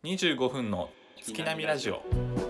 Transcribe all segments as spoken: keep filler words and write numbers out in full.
にじゅうごふんの月並みラジオ。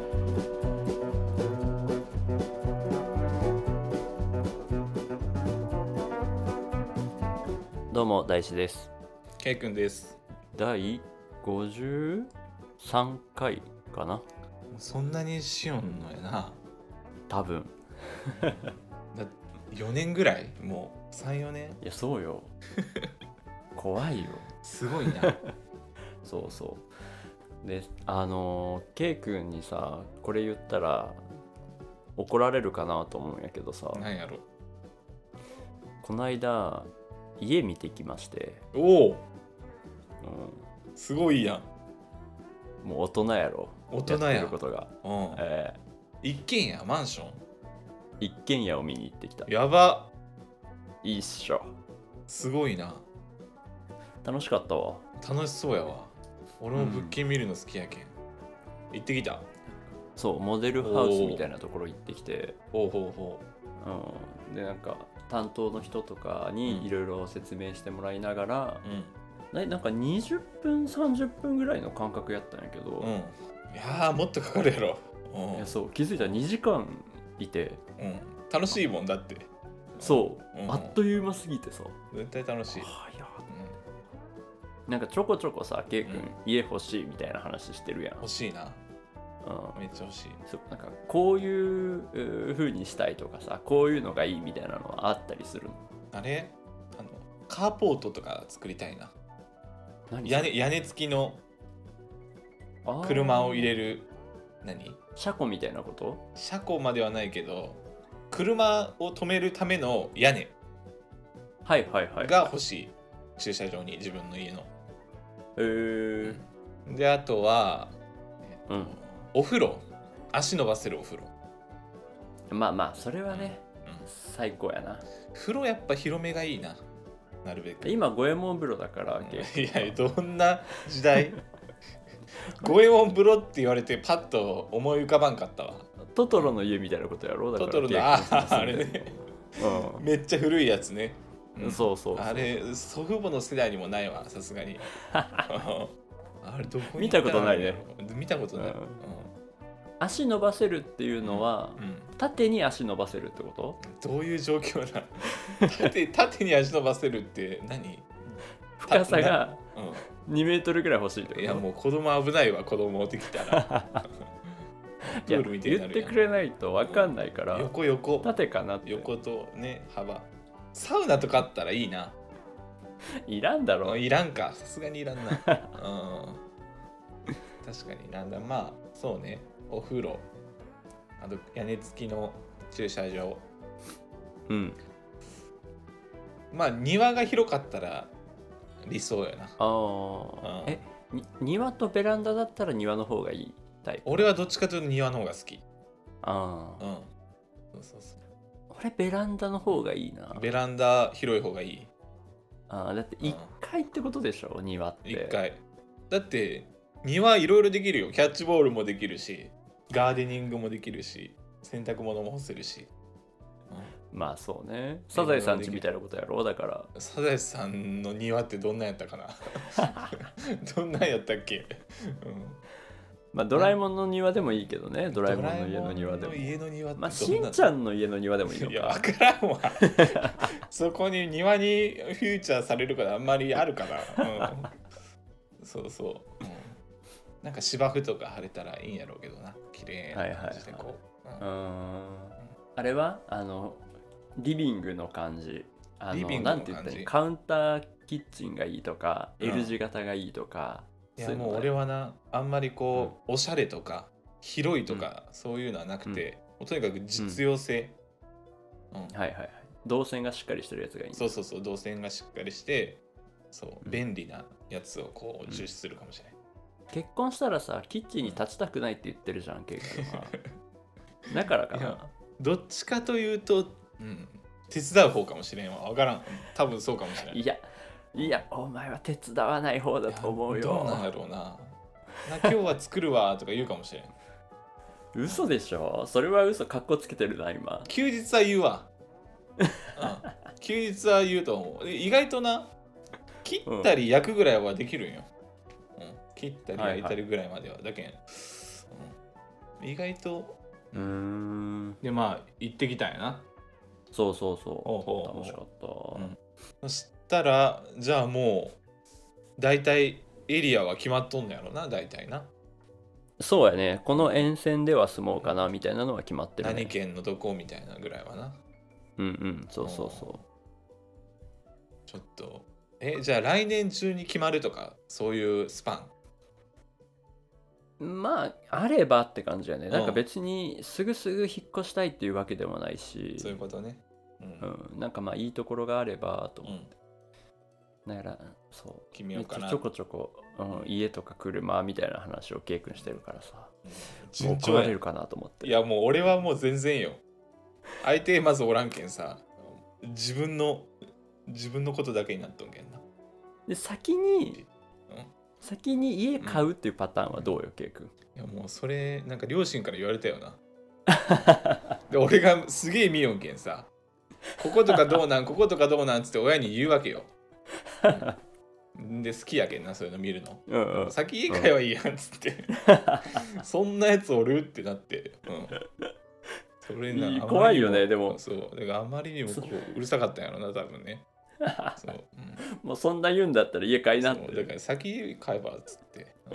どうも大志です。 ケイくんです。 だいごじゅうさんかいかな。 そんなにしよんのやな。 多分だよねんぐらい、もうさん、よねん。 いやそうよ怖いよ。 すごいなそうそうで、あのケイ君にさこれ言ったら怒られるかなと思うんやけどさ、 なんやろ。 この間家見てきまして。 おお、 うん、 すごいやん。 もう大人やろ。 大人ややってることが、 うん、 え一軒家、マンション、 ー、一軒家を見に行ってきた。 やば。 いいっしょ。 すごいな。 楽しかったわ。 楽しそうやわ。俺も物件見るの好きやけん、うん、行ってきた。 そうモデルハウスみたいなところ行ってきて、 ほうほうほう、うん、でなんか担当の人とかにいろいろ説明してもらいながら、 う、うん、 な, なんかにじゅっぷんさんじゅっぷんぐらいの間隔やったんやけど、 うん、いやーもっとかかるやろ。うん、 いやそう気づいたらにじかんいて、 うん、楽しいもんだって。 そう、 うん、 あっという間すぎてさ、 絶対楽しい。 はあ、いやなんかちょこちょこさ、ケイ君、うん、家欲しいみたいな話してるやん。 欲しいな。 うん、 めっちゃ欲しい。 そうなんかこういう風にしたいとかさ、こういうのがいいみたいなのはあったりするの？ あれあのカーポートとか作りたいな。 何屋根、屋根付きの車を入れる。何車庫みたいなこと？ 車庫まではないけど、車を止めるための屋根はいはいはいが欲しい。駐車場に自分の家の。 へー。 であとは、えっとうん、 お風呂、足伸ばせるお風呂。 まあまあそれはね、 うん、 最高やな。 風呂やっぱ広めがいいな、なるべく。 今五右衛門風呂だから、うん、 いやどんな時代五右衛門風呂って言われてパッと思い浮かばんかったわ。 トトロの家みたいなことやろうだから。 トトロのああれね、うん、めっちゃ古いやつね、 うん、そうそうそう。 あれ祖父母の世代にもないわ、さすがにあれどこに見たことないね。 見たことない、うんうん、 足伸ばせるっていうのは、うんうん、縦に足伸ばせるってこと？ どういう状況な縦, 縦に足伸ばせるって何？ 深さがにメートルぐらい欲しいってこと？ いやもう子供危ないわ、子供持ってきたらプールみたいになるやん。 言ってくれないと分かんないから、うん、 横横縦かなって。 横とね、幅。サウナとかあったらいいな。 いらんだろ。 いらんか、さすがにいらんな、うん、確かになんだ。まあそうね、お風呂、あと屋根付きの駐車場、 うん、 まあ庭が広かったら理想やな。 ああ、うん、え庭とベランダだったら庭の方がいいタイプ？ 俺はどっちかというと庭の方が好き。 ああ、 うん、そうそうそう。 俺ベランダの方がいいな。 ベランダ広い方がいい。 ああ、だっていっかいってことでしょ、うん、庭って。いっかいだって庭いろいろできるよ。キャッチボールもできるし、ガーデニングもできるし、洗濯物も干せるし、 うん、まあそうね。サザエさんちみたいなことやろう。だからサザエさんの庭ってどんなんやったかなどんなんやったっけ、うん、 まあドラえもんの庭でもいいけどね。ドラえもんの家の庭でも。 家の庭ってまあしんちゃんの家の庭でもいいのか。 いや分からんわそこに庭にフューチャーされることあんまりあるかな、うん、そうそう、うん、なんか芝生とか晴れたらいいんやろうけどな。綺麗な感じでこう、はいはいはい、うん、うんあれはあのリビングの感じ、あのリビングの感じ、なんて言ったカウンターキッチンがいいとか、うん、L 字型がいいとか。 いやもう俺はな、あんまりこう、うん、おしゃれとか広いとか、うん、そういうのはなくて、うん、とにかく実用性、 うんうん、はいはいはい。動線がしっかりしてるやつがいい。 そうそうそう、動線がしっかりしてそう、うん、便利なやつをこう重視するかもしれない、 うん、結婚したらさ、キッチンに立ちたくないって言ってるじゃん、ケイ君はだからかな。 どっちかというと、うん、手伝う方かもしれんわ。分からん、多分そうかもしれない。 いやいや、お前は手伝わない方だと思うよ。 どうなんやろうな。な今日は作るわとか言うかもしれん。 嘘でしょ。それは嘘。かっこつけてるな今。 休日は言うわ、うん、休日は言うと思う。意外とな、切ったり焼くぐらいはできるんよ、 切ったり焼いたりぐらいまでは、はいはい、だけん、うん、意外とうーんでまあ行ってきたんやな。 そうそうそうほうほうほう楽しかった、 うん、そしたらじゃあもう大体エリアは決まっとんのやろな大体な。 そうやね、この沿線では住もうかなみたいなのは決まってるね。 何県のどこみたいなぐらいはな。 うんうんそうそうそう。 ちょっとえじゃあ来年中に決まるとかそういうスパンまああればって感じやね。なんか別にすぐすぐ引っ越したいっていうわけでもないし、 そういうことね、 うんうん、なんかまあいいところがあればと思って、うん、だからそう決めようかな。 ちょこちょこ、うん、家とか車みたいな話をケイ君してるからさ、 うん、 もう怒られるかなと思って。 いやもう俺はもう全然よ。相手まずおらんけんさ、自分の自分のことだけになっとんけんな。 で先に、うん、先に家買うっていうパターンはどうよ、ケイ君。 いやもうそれなんか両親から言われたよな。で俺がすげえ見よんけんさ、こことかどうなんこことかどうなんつって親に言うわけよ。で好きやけんなそういうの見るの、うんうん、先家買えばいいやんつって、うん、そんなやつおるってなって、うん、それな怖いよね。でもそうだからあまりにもこううるさかったんやろな多分ね。そう、 うん、もうそんな言うんだったら家買いなって。 だから先買えばっつって、うん、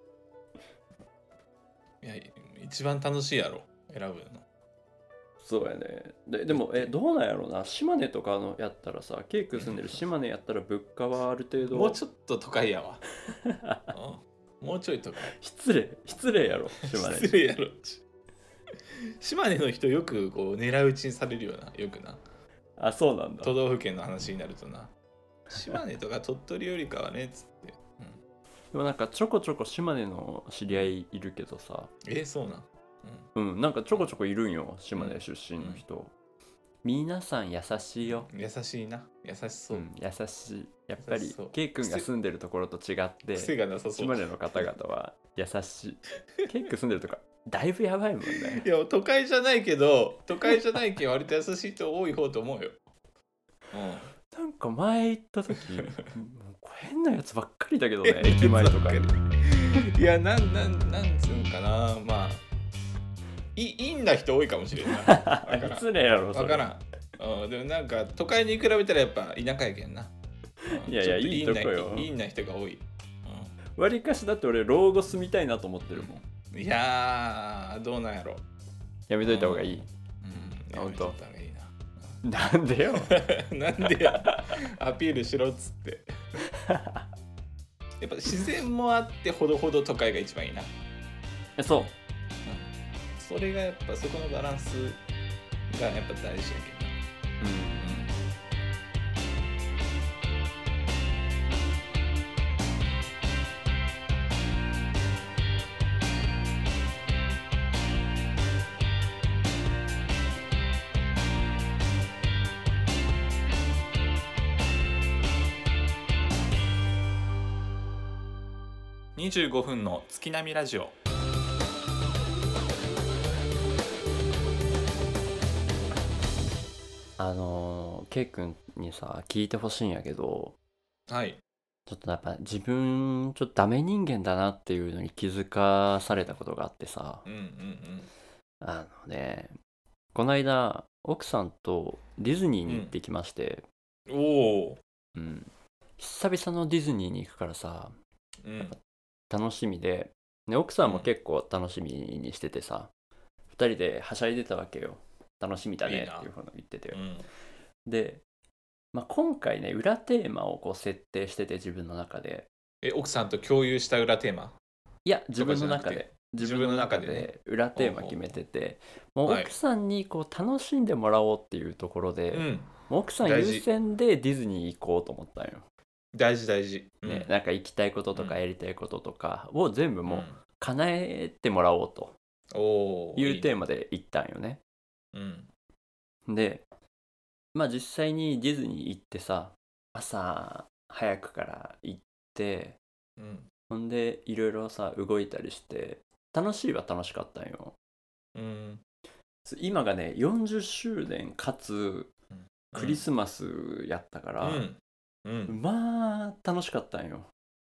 いや一番楽しいやろ選ぶの。 そうやね。で, でもえどうなんやろうな、島根とかのやったらさ、ケイ君住んでる島根やったら物価はある程度もうちょっと都会やわ、うん、もうちょい都会。 失礼失礼やろ島根。 失礼やろ島根の人よくこう狙い撃ちにされるよな、よくな。 あ、そうなんだ。 都道府県の話になるとな、島根とか鳥取よりかはねっつって、うん、 でもなんかちょこちょこ島根の知り合いいるけどさ。 えそうなん、 うん、うん、なんかちょこちょこいるんよ島根出身の人、うん、皆さん優しいよ。 優しいな、優しそう、うん、 優しい。やっぱりケイ君が住んでるところと違って癖がなさそう。 島根の方々は優しい。ケイ君住んでるとかだいぶやばいもんね。 いや都会じゃないけど都会じゃないけど割と優しい人多い方と思うよ、うん、 なんか前行った時もう変なやつばっかりだけどね駅前とかに。 いやなんなんなんつうんかな、まあいいいんな人多いかもしれんない。 失礼やろそれ。分からん、うん、でもなんか都会に比べたらやっぱ田舎やけんな、 うん、いやいやいいとこよ。 いいな人が多い。 わり、うん、かしだって俺老後住みたいなと思ってるもん。 いやーどうなんやろ。 やめといた方がいい。 うん、やめといた方がいいな。なんでよ。 なんでや。アピールしろっつって。やっぱ自然もあってほどほど都会が一番いいな。 そう。うん、 それがやっぱそこのバランスがやっぱ大事やけど。うん。にじゅうごふんの月並みラジオ。 あのー、ケイ君にさ聞いてほしいんやけど、 はい、 ちょっとやっぱ自分ちょっとダメ人間だなっていうのに気づかされたことがあってさ、 うんうんうん、 あのねこの間奥さんとディズニーに行ってきまして、 うん、おー、 うん、久々のディズニーに行くからさ、うん、楽しみで、ね、奥さんも結構楽しみにしててさ、うん、ふたりではしゃいでたわけよ。楽しみだねっていうふうに言ってて、うん、で、まあ、今回ね裏テーマをこう設定してて自分の中で。 え奥さんと共有した裏テーマ？ いや自分の中で自分の中で裏テーマ決めてて、もう奥さんにこう楽しんでもらおうっていうところで、はい、もう奥さん優先でディズニー行こうと思ったんよ。 大事大事、 うん、ね、なんか行きたいこととかやりたいこととかを全部もう叶えてもらおうというテーマで行ったんよね。うん、でまあ実際にディズニー行ってさ、朝早くから行って、うん、ほんでいろいろさ動いたりして楽しいは楽しかったんよ。うん、今がねよんじゅっしゅうねんかつクリスマスやったから、うんうん、まあ楽しかったんよ。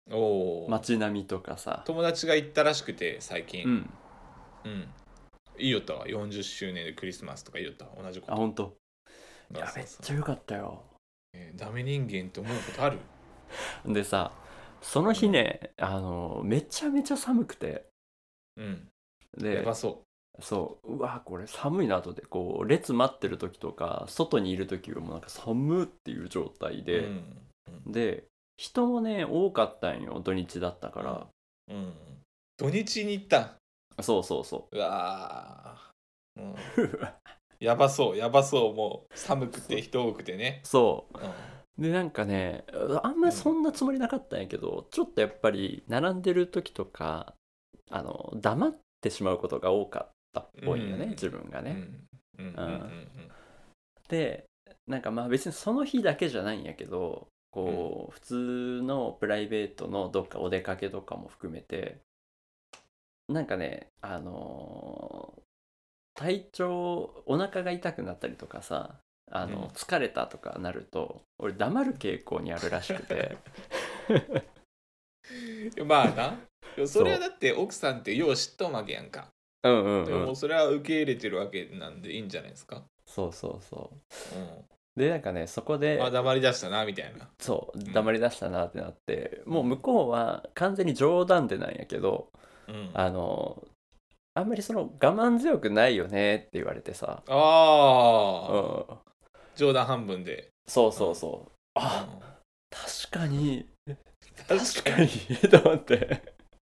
お街並みとかさ。 友達が行ったらしくて最近。 うん。 うん。いいよったわ。よんじゅっしゅうねんでクリスマスとかいいよったわ。同じこと。 あ、ほんと。いや、 そうそうそうめっちゃよかったよ。 えー、ダメ人間って思うことある？ でさ、その日ね、うん、あのめちゃめちゃ寒くて。 うん。 で、 やばそう。 そう、うわこれ寒いなとで、こう列待ってる時とか外にいる時はもうなんか寒っていう状態で、うんうん、で人もね多かったんよ、土日だったから。 うん、うん、土日に行った。 そうそうそう。 うわー、うん、やばそうやばそう。もう寒くて人多くてね。 そう、うん、でなんかねあんまりそんなつもりなかったんやけど、うん、ちょっとやっぱり並んでる時とかあの黙ってしまうことが多かったっぽいよね、うん、自分がね。でなんかまあ別にその日だけじゃないんやけど、こう、うん、普通のプライベートのどっかお出かけとかも含めてなんかねあのー、体調お腹が痛くなったりとかさ、あの、うん、疲れたとかなると俺黙る傾向にあるらしくてまあなそれはだって奥さんってよう知っとんわけやんか。 うんうんうん、 でもそれは受け入れてるわけなんでいいんじゃないですか。 そうそうそう、うん、でなんかねそこであ黙り出したなみたいな。 そう黙り出したなってなって、うん、もう向こうは完全に冗談でなんやけど、うん、あのあんまりその我慢強くないよねって言われてさ。 ああ、うん、冗談半分で。 そうそうそう、うん、あ、うん、確かに確かにと思って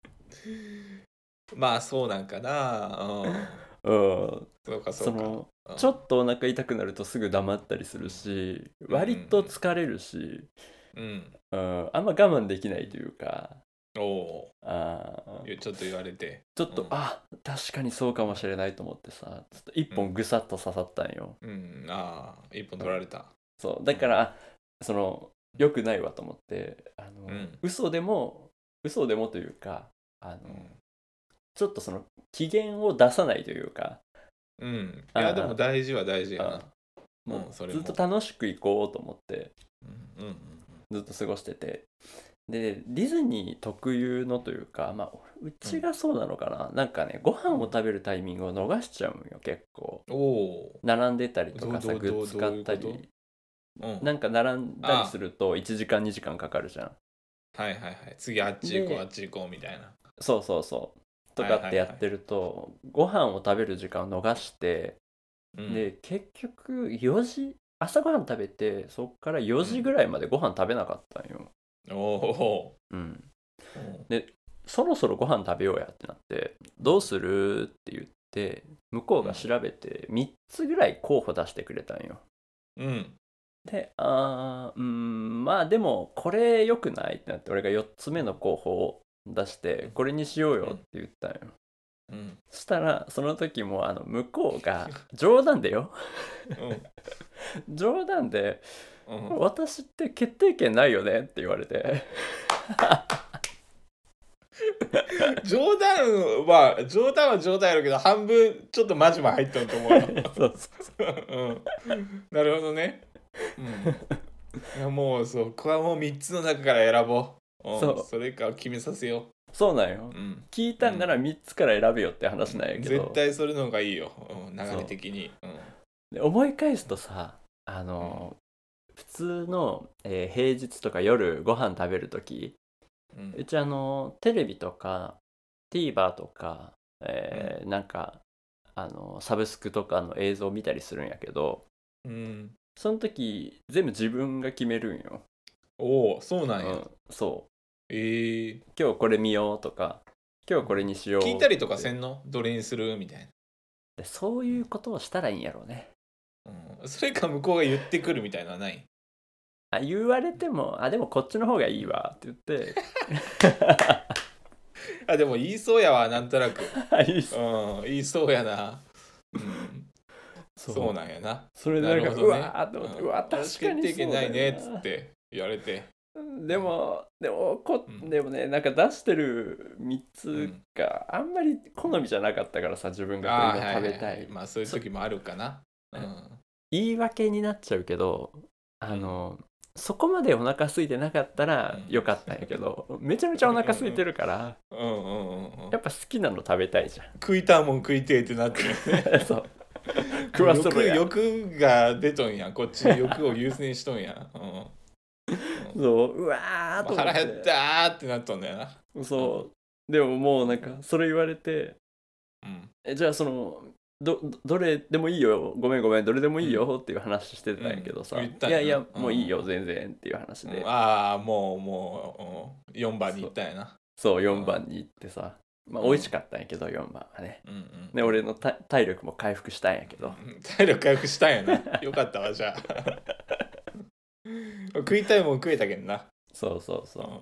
まあそうなんかな。 うん、うん、 そうかそうか。 その、うん、ちょっとお腹痛くなるとすぐ黙ったりするし、うん、割と疲れるし、うんうん、あんま我慢できないというか。 おお、あちょっと言われてちょっと、うん、あ確かにそうかもしれないと思ってさ、ちょっと一本ぐさっと刺さったんよ。 うん、うん、ああ一本取られた、うん、 そうだから、うん、その良くないわと思ってあの、うん、嘘でも嘘でもというかあの、うん、ちょっとその機嫌を出さないというか、 うん、いやでも大事は大事やな。 もうずっと楽しく行こうと思って、うんうん、ずっと過ごしてて、でディズニー特有のというか、まあうちがそうなのかな、うん、なんかねご飯を食べるタイミングを逃しちゃうんよ結構。お並んでたりとかさ、グッズ買ったり、うん、なんか並んだりするといちじかんにじかんかかるじゃん。 はいはいはい、次あっち行こうあっち行こうみたいな。 そうそうそうとかってやってると、はいはいはい、ご飯を食べる時間を逃して、うん、で結局よじ朝ごはん食べてそっからよじぐらいまでご飯食べなかったんよ。おお、うん、でそろそろご飯食べようやってなってどうするって言って向こうが調べてみっつぐらい候補出してくれたんよ。うん、であーうんまあでもこれ良くないってなって俺がよっつめの候補を出してこれにしようよって言ったんよ。うん、そしたらその時もあの向こうが冗談でよ、うん、冗談で、うん、私って決定権ないよねって言われて冗談は冗談は冗談やるけど半分ちょっとマジも入っとると思うよそうそうそう、うん、なるほどね、うん、いやもうそうこれはもうみっつの中から選ぼう、うん、そうそれか決めさせよう。 そうなんよ、うん、聞いたんならみっつから選べよって話なんやけど、 絶対それの方がいいよ、うん、流れ的に、うん、 で思い返すとさあの、うん、普通の、えー、平日とか夜ご飯食べるとき、うん、うちあのテレビとか TVer とか、えーうん、なんかあのサブスクとかの映像を見たりするんやけど、うん、その時全部自分が決めるんよ。 おおそうなんや、うん、 そうえー、 今日これ見ようとか今日これにしよう聞いたりとかせんのどれにするみたいな。 でそういうことをしたらいいんやろうね、 うん、それか向こうが言ってくるみたいなのはない？ あ言われてもあでもこっちの方がいいわって言ってあでも言いそうやわなんとなく言いそう、 うん、言いそうやな、うん、そう、そうなんやな。 それでなんか、ね、うわーって思って、うん、うわ確かにそうだよな決定権ないねっつって言われてでもでもこ、うん、でもねなんか出してるみっつがあんまり好みじゃなかったからさ自分がこれ今食べたい、はいはいはい、 まあそういう時もあるかな、うん、 言い訳になっちゃうけどあの、うん、 そこまでお腹空いてなかったらよかったんやけど、うん、めちゃめちゃお腹空いてるからうんうんうんうんやっぱ好きなの食べたいじゃん。 食いたいもん食いてえってなってるねそう食わせろや。 欲, 欲が出とんやこっち欲を優先しとんや、うんうん、そううわーと思って、 腹減ったーってなっとんだよな。 そう、でももうなんかそれ言われて、うん、えじゃあその ど, どれでもいいよごめんごめんどれでもいいよっていう話してたんやけどさ、うん、いやいやもういいよ、うん、全然っていう話で、 うん、ああもうもうよんばんに行ったんやな。 そう、そうよんばんに行ってさ、まあ美味しかったんやけどよんばんはね、うんうん、で俺の体力も回復したんやけど、 うん、体力回復したんやなよかったわじゃあ食いたいもん食えたけんな。 そうそうそう、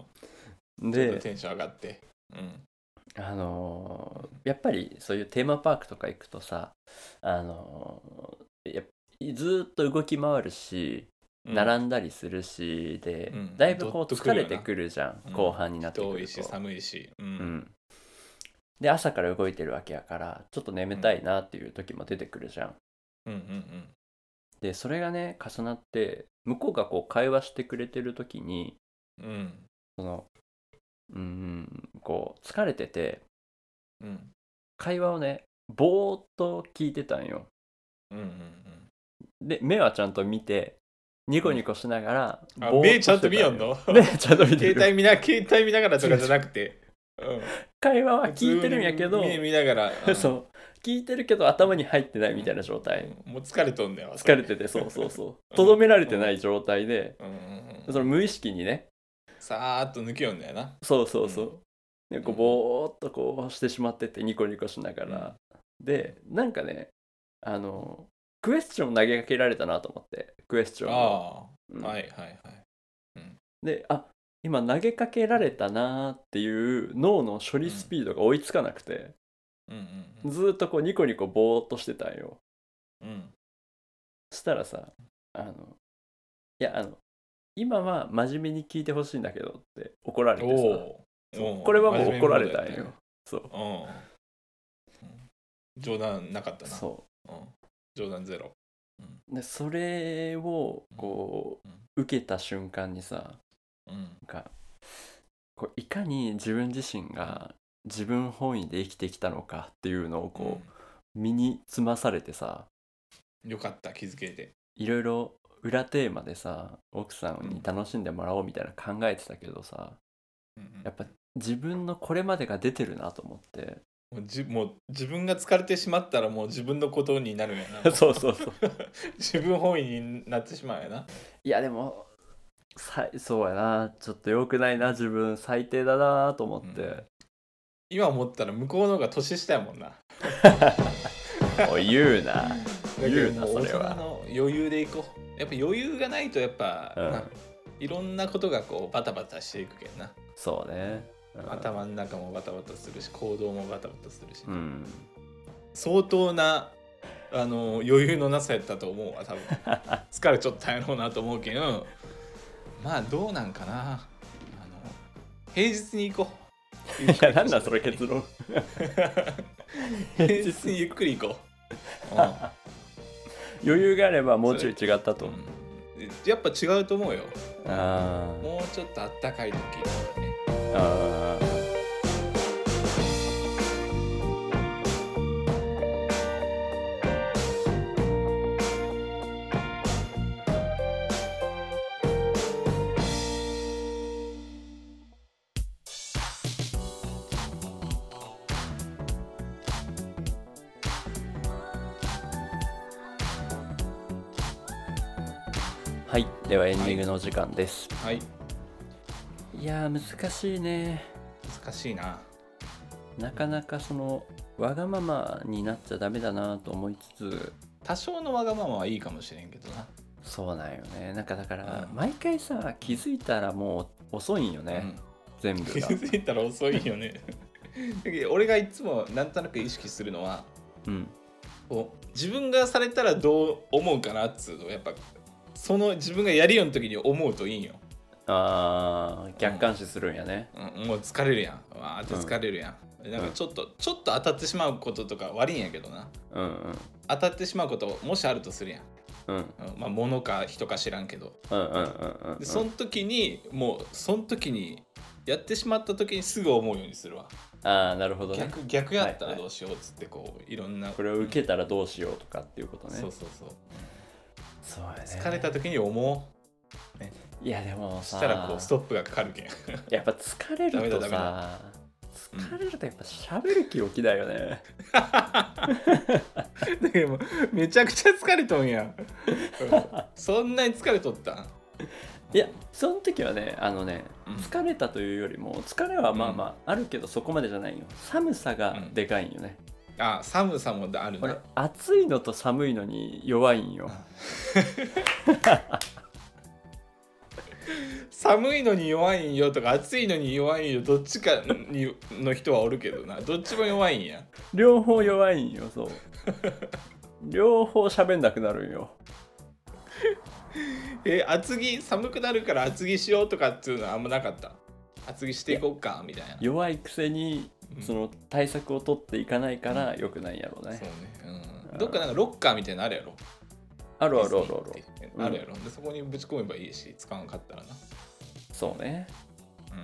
うん、でちょっとテンション上がって、 うんあのー、やっぱりそういうテーマパークとか行くとさ、あのー、やずっと動き回るし、うん、並んだりするしで、うん、だいぶこう疲れてくるじゃん、うん、後半になってくると。 人多いし寒いし、うんうん、 で朝から動いてるわけやからちょっと眠たいなっていう時も出てくるじゃん、 うんうんうん、 でそれがね重なって向こうがこう会話してくれてる時に、 うん、 そのうんこう疲れてて、 うん、 会話をねぼーっと聞いてたんよ、 うんうんうん、で目はちゃんと見てニコニコしながら、 うん、あ目ちゃんと見よんの目ちゃんと見てる携帯見な携帯見ながらとかじゃなくて、うん、 会話は聞いてるんやけど見, 見ながら、 うん、そう聞いてるけど頭に入ってないみたいな状態、 うん、もう疲れとんだよ疲れててそうそうそうとどめられてない状態で、うんうんうん、その無意識にねさーっと抜けよんだよな。 そうそうそう、うん、でこうぼーっとこうしてしまっててニコニコしながら、うん、でなんかねあのクエスチョン投げかけられたなと思ってクエスチョンを、あ、うん、はいはいはい、 うん、であ今投げかけられたなっていう脳の処理スピードが追いつかなくて、うんうんうん、ずっとこうニコニコぼーっとしてたんよ、うん、そしたらさあのいやあの今は真面目に聞いてほしいんだけどって怒られてさ、これはもう怒られたんよ、そう、 うん、冗談なかったな、 そう、 うん、冗談ゼロ、 うん、でそれをこう、うん、受けた瞬間にさ、うん、なんかこういかに自分自身が自分本位で生きてきたのかっていうのをこう、うん、身につまされてさ、 よかった気づけて、 いろいろ裏テーマでさ奥さんに楽しんでもらおうみたいな考えてたけどさ、うん、やっぱ自分のこれまでが出てるなと思って、 もうじもう自分が疲れてしまったらもう自分のことになるんやなそうそうそう自分本位になってしまうやな。 いやでもさそうやなちょっと良くないな自分最低だなと思って、うん、 今思ったら向こうの方が年下やもんなおい言うな言うなそれはの余裕でいこう。やっぱ余裕がないとやっぱ、うん、いろんなことがこうバタバタしていくけんな。 そうね、 うん、頭の中もバタバタするし行動もバタバタするし、 うん、 相当なあの余裕のなさやったと思うわ多分疲れちゃったんやろうなと思うけどまあどうなんかな、あの平日に行こう。いやなんだそれ結論平日にゆっくり行こう、うん、 余裕があればもうちょい違ったと思う、 うん、やっぱ違うと思うよ。あもうちょっとあったかい時とかね。あはい、ではエンディングのお時間です。 はい。 いやー難しいね。 難しいな。 なかなかそのわがままになっちゃダメだなと思いつつ、 多少のわがままはいいかもしれんけどな。 そうなんよね。なんかだから、うん、毎回さ気づいたらもう遅いんよね、うん、全部が。 気づいたら遅いよね。俺がいつもなんとなく意識するのは、うん、こう自分がされたらどう思うかなっつうのをやっぱその自分がやるような時に思うといいんよ。 あー客観視するんやね、 うんうん、もう疲れるやんわーって疲れるやん、うん、なんかちょっと、うん、ちょっと当たってしまうこととか悪いんやけどな、うんうん、当たってしまうこともしあるとするやん、 うん、 まあ物か人か知らんけど、 うんうんうんうん、 でその時にもうその時にやってしまった時にすぐ思うようにするわ。 ああなるほどね。 逆逆やったらどうしようっつってこういろんな、 これを受けたらどうしようとかっていうことね。 そうそうそう、 そうやね。 疲れた時に思う、ね、 いやでもさ、 そしたらこうストップがかかるけんやっぱ疲れるとさ、疲れるとやっぱ喋る気起きだよね。 でもめちゃくちゃ疲れとんやん。そんなに疲れとったん？ いやその時はねあのね、うん、疲れたというよりも疲れはまあまああるけどそこまでじゃないよ。寒さがでかいんよね。 うん、あ寒さもあるね。 暑いのと寒いのに弱いんよ。 寒いのに弱いんよとか暑いのに弱いんよどっちかにの人はおるけどな、どっちも弱いんや。 両方弱いんよ。そう両方喋んなくなるんよ。 え厚着寒くなるから厚着しようとかっていうのはあんまなかった？厚着していこうかみたいな。 弱いくせにその対策を取っていかないから良くないやろうね。 そうね、うん、どっかなんかロッカーみたいなのあるやろ。 あるあるあるある、 あるやろ、うん、でそこにぶち込めばいいし使わんかったらな。 そうね、 うん、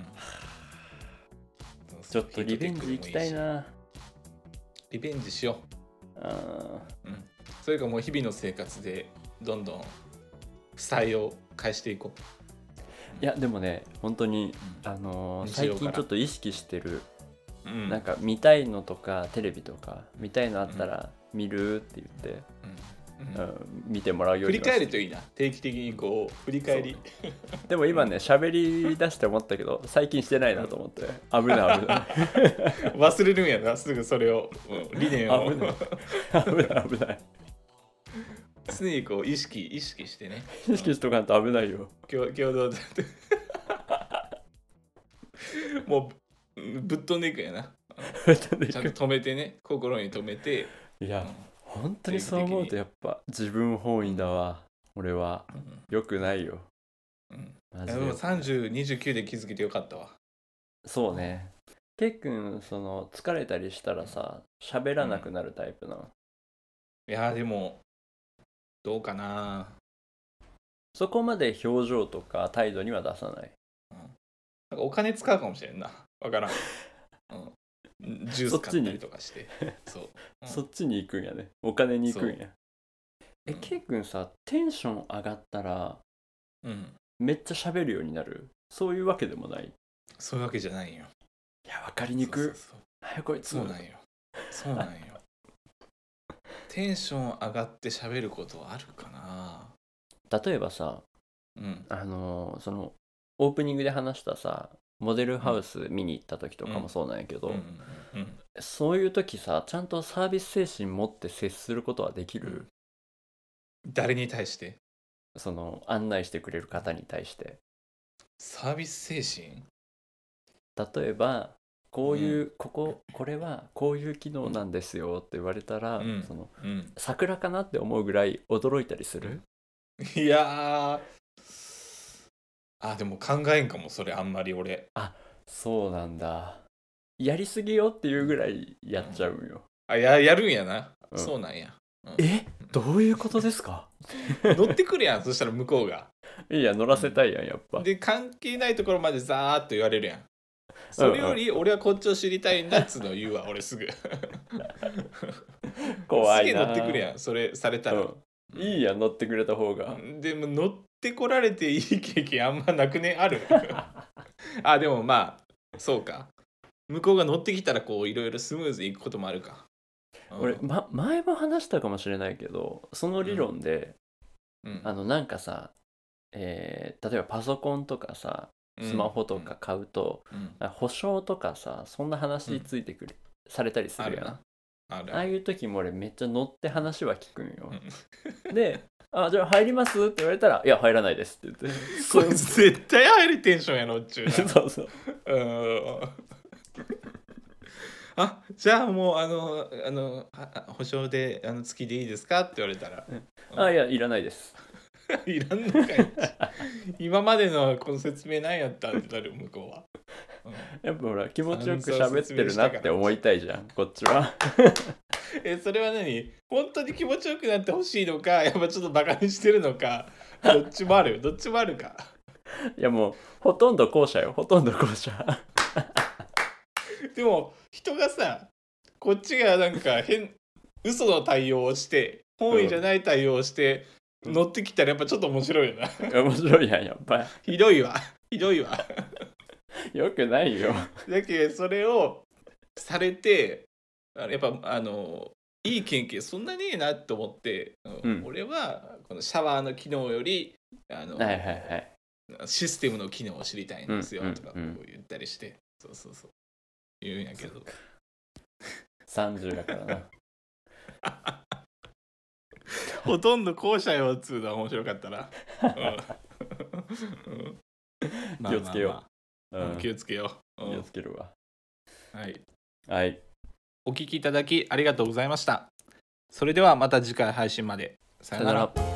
ちょっとリベンジ行きたいな。 リベンジしよう。あ、うん、それかもう日々の生活でどんどん負債を返していこう。 いやでもね本当に、うん、あのー、最近ちょっと意識してる、うん、なんか見たいのとかテレビとか見たいのあったら見るって言って、うんうん、見てもらうように。 振り返るといいな、定期的にこう振り返り。 でも今ね喋り出して思ったけど最近してないなと思って、うん、危ない危ない。 忘れるんやなすぐそれを、うん、理念を。 危ない危ない危ない。 常にこう意識意識してね。 意識しとかんと危ないよ。 共同でもうぶっ飛んでいくやな。ちゃんと止めてね、心に留めて。 いや、うん、本当にそう思うとやっぱ自分本位だわ。俺は、うん、よくないよ。 うん。マジで。でもさんじゅう、にじゅうきゅうで気づけてよかったわ。 そうね。ケイ君その疲れたりしたらさ喋らなくなるタイプなの？ うん、いやでもどうかな。 そこまで表情とか態度には出さない。 うん、なんかお金使うかもしれんな。わからん。うん、ジュース買ったりとかして。そう、 うん、そっちに行くんやね。お金に行くんや。え、ケイ君さテンション上がったら、うん、めっちゃ喋るようになる？そういうわけでもない？ そういうわけじゃないよ。 いや、わかりにくい。早こいつ。 そうなんよ。そうなんよ。テンション上がって喋ることはあるかな。 例えばさ、うん、あのー、そのオープニングで話したさモデルハウス見に行った時とかもそうなんやけど、そういう時さちゃんとサービス精神持って接することはできる？ 誰に対して？ その案内してくれる方に対して。 サービス精神？ 例えばこういう、うん、こここれはこういう機能なんですよって言われたら、うん、その、うん、桜かなって思うぐらい驚いたりする？ いやあでも考えんかもそれあんまり俺。 あそうなんだ。やりすぎよっていうぐらいやっちゃうんよ。 あ や, やるんやな、うん、そうなんや、 うん、えどういうことですか？ 乗ってくるやんそしたら向こうが。 いや乗らせたいやんやっぱ。 で関係ないところまでザーッと言われるやん。それより俺はこっちを知りたいんだっつうのを言うわ俺すぐ。 怖いな。 すげえ乗ってくるやんそれされたら、 うん、いいや乗ってくれた方が。 でも乗ってこられていい経験あんまなくね？ある？あでもまあそうか、向こうが乗ってきたらこういろいろスムーズにいくこともあるか。 俺、ま、前も話したかもしれないけどその理論で、うん、あのなんかさ、えー、例えばパソコンとかさスマホとか買うと、うんうん、保証とかさそんな話についてくる、うん、されたりするやん。 あ, あ, ああいう時も俺めっちゃ乗って話は聞くんよ、うん、であじゃあ入りますって言われたらいや入らないですって言ってこいつ絶対入るテンションやろっちゅうそうそううんあじゃあもうあのあの保証であの月でいいですかって言われたら、 うん、あいやいらないですいらんのかい今までのこの説明何やったってなる向こうは、 うん、やっぱほら気持ちよく喋ってるなって思いたいじゃんこっちはえそれは何本当に気持ちよくなってほしいのかやっぱちょっとバカにしてるのかどっちもあるどっちもあるかいやもうほとんど後者よほとんど後者でも人がさこっちがなんか変嘘の対応をして本意じゃない対応をして、うん、乗ってきたらやっぱちょっと面白いよな面白いやんやっぱりひどいわひどいわよくないよだけどそれをされてやっぱあのいい経験そんなにいいなって思って、うん、俺はこのシャワーの機能よりあの、 はいはいはい、 システムの機能を知りたいんですよ、うん、とかこう言ったりしてそうそうそう言うんやけどさんじゅうだからなほとんど後者よっつうのは面白かったな、 うん気をつけよう、うん、気をつけよう、うん、気をつけるわはいはいお聞きいただきありがとうございました。それではまた次回配信まで。さよなら。